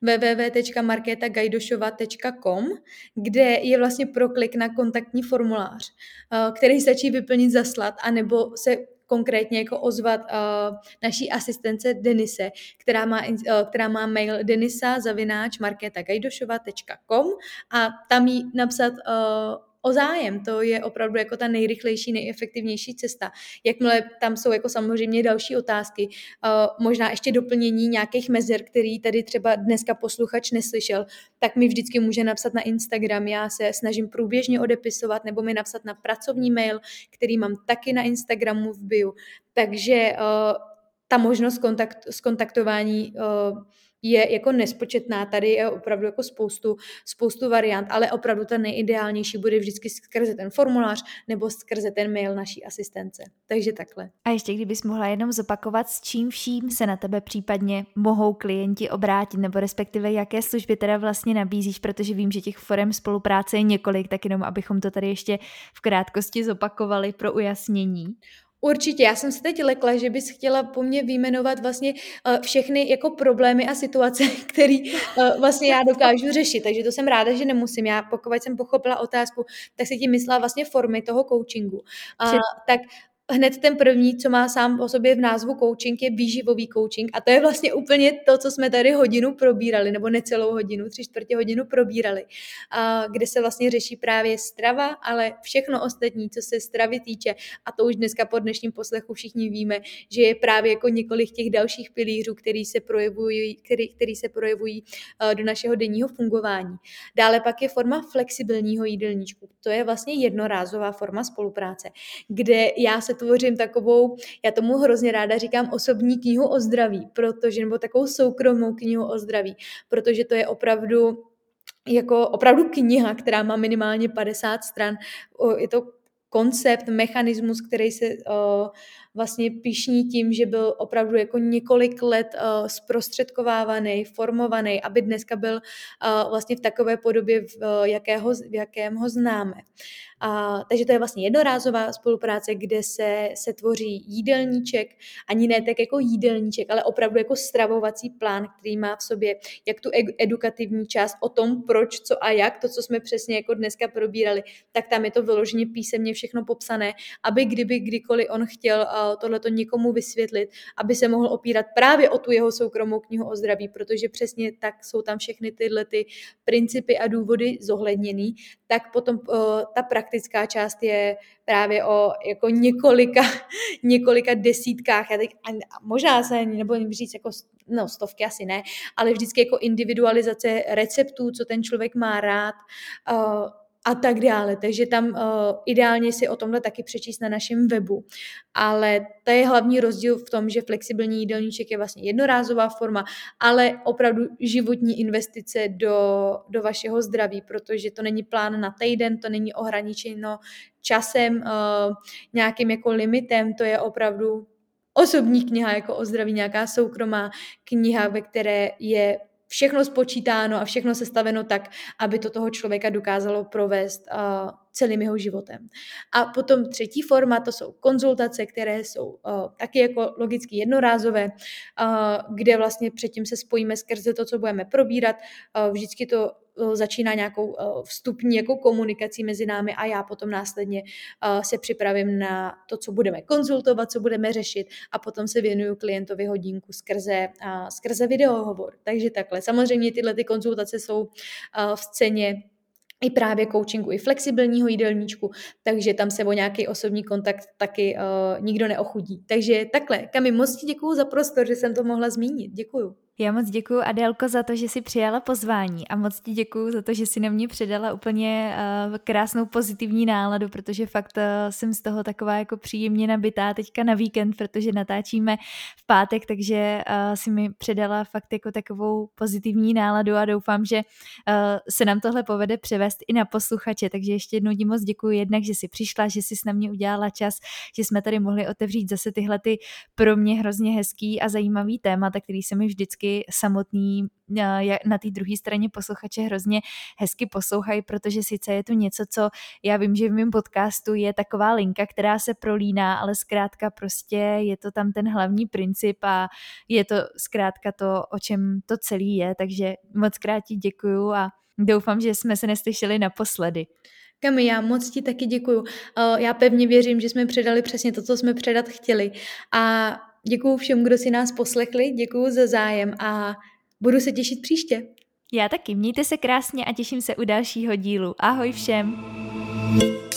www.markétagajdošova.com, kde je vlastně proklik na kontaktní formulář, který stačí vyplnit, zaslat, anebo se konkrétně jako ozvat naší asistence Denise, která má mail denisa@markétagajdošova.com a tam jí napsat o zájem, to je opravdu jako ta nejrychlejší, nejefektivnější cesta. Jakmile tam jsou jako samozřejmě další otázky, možná ještě doplnění nějakých mezer, který tady třeba dneska posluchač neslyšel, tak mi vždycky může napsat na Instagram, já se snažím průběžně odepisovat, nebo mi napsat na pracovní mail, který mám taky na Instagramu v bio. Takže ta možnost skontaktování je jako nespočetná, tady je opravdu jako spoustu variant, ale opravdu ta nejideálnější bude vždycky skrze ten formulář nebo skrze ten mail naší asistence. Takže takhle. A ještě kdybys mohla jenom zopakovat, s čím vším se na tebe případně mohou klienti obrátit, nebo respektive jaké služby teda vlastně nabízíš, protože vím, že těch forem spolupráce je několik, tak jenom abychom to tady ještě v krátkosti zopakovali pro ujasnění. Určitě, já jsem se teď lekla, že bys chtěla po mně vyjmenovat vlastně všechny jako problémy a situace, které vlastně já dokážu řešit, takže to jsem ráda, že nemusím. Já pokud jsem pochopila otázku, tak si tím myslela vlastně formy toho coachingu. Tak hned ten první, co má sám o sobě v názvu coaching, je výživový coaching a to je vlastně úplně to, co jsme tady hodinu probírali, nebo necelou hodinu, 3/4 hodinu probírali, kde se vlastně řeší právě strava, ale všechno ostatní, co se stravy týče, a to už dneska po dnešním poslechu všichni víme, že je právě jako několik těch dalších pilířů, který se projevují do našeho denního fungování. Dále pak je forma flexibilního jídelníčku. To je vlastně jednorázová forma spolupráce, kde já se tvořím takovou, já tomu hrozně ráda říkám osobní knihu o zdraví, nebo takovou soukromou knihu o zdraví, protože to je opravdu kniha, která má minimálně 50 stran. Je to koncept, mechanismus, který se vlastně pyšní tím, že byl opravdu jako několik let zprostředkovávaný, formovaný, aby dneska byl vlastně v takové podobě, v jakém ho známe. Takže to je vlastně jednorázová spolupráce, kde se tvoří jídelníček, ani ne tak jako jídelníček, ale opravdu jako stravovací plán, který má v sobě jak tu edukativní část o tom, proč, co a jak, to, co jsme přesně jako dneska probírali, tak tam je to vyloženě písemně všechno popsané, aby kdykoliv on chtěl tohleto někomu vysvětlit, aby se mohl opírat právě o tu jeho soukromou knihu o zdraví, protože přesně tak jsou tam všechny tyhle ty principy a důvody zohledněný, tak potom ta praktická část je právě o jako několika desítkách, já teď možná se nebudem říct jako stovky asi ne, ale vždycky jako individualizace receptů, co ten člověk má rád a tak dále. Takže tam ideálně si o tomhle taky přečíst na našem webu. Ale to je hlavní rozdíl v tom, že flexibilní jídelníček je vlastně jednorázová forma, ale opravdu životní investice do vašeho zdraví, protože to není plán na týden, to není ohraničeno časem, nějakým jako limitem, to je opravdu osobní kniha jako o zdraví, nějaká soukromá kniha, ve které je všechno spočítáno a všechno sestaveno tak, aby to toho člověka dokázalo provést celým jeho životem. A potom třetí forma, to jsou konzultace, které jsou taky jako logicky jednorázové, kde vlastně předtím se spojíme skrze to, co budeme probírat. Vždycky to začíná nějakou vstupní jako komunikací mezi námi a já potom následně se připravím na to, co budeme konzultovat, co budeme řešit a potom se věnuju klientovi hodinku skrze videohovor. Takže takhle. Samozřejmě tyhle ty konzultace jsou v ceně i právě coachingu, i flexibilního jídelníčku, takže tam se o nějaký osobní kontakt taky nikdo neochudí. Takže takhle. Kami, moc ti děkuju za prostor, že jsem to mohla zmínit. Děkuju. Já moc děkuju, Adélko, za to, že jsi přijala pozvání a moc ti děkuju za to, že jsi na mě předala úplně krásnou pozitivní náladu, protože fakt jsem z toho taková jako příjemně nabitá teďka na víkend, protože natáčíme v pátek, takže si mi předala fakt jako takovou pozitivní náladu a doufám, že se nám tohle povede převést i na posluchače, takže ještě jednou ti moc děkuju jednak, že jsi přišla, že jsi na mě udělala čas, že jsme tady mohli otevřít zase tyhle ty pro mě hrozně hezký a zajímavý témata, který se mi vždycky samotný na té druhé straně posluchače hrozně hezky poslouchají, protože sice je to něco, co já vím, že v mém podcastu je taková linka, která se prolíná, ale zkrátka prostě je to tam ten hlavní princip a je to zkrátka to, o čem to celý je, takže moc krát ti děkuju a doufám, že jsme se neslyšeli naposledy. Kami, já moc ti taky děkuju. Já pevně věřím, že jsme předali přesně to, co jsme předat chtěli a děkuju všem, kdo si nás poslechli, děkuju za zájem a budu se těšit příště. Já taky, mějte se krásně a těším se u dalšího dílu. Ahoj všem. Ahoj.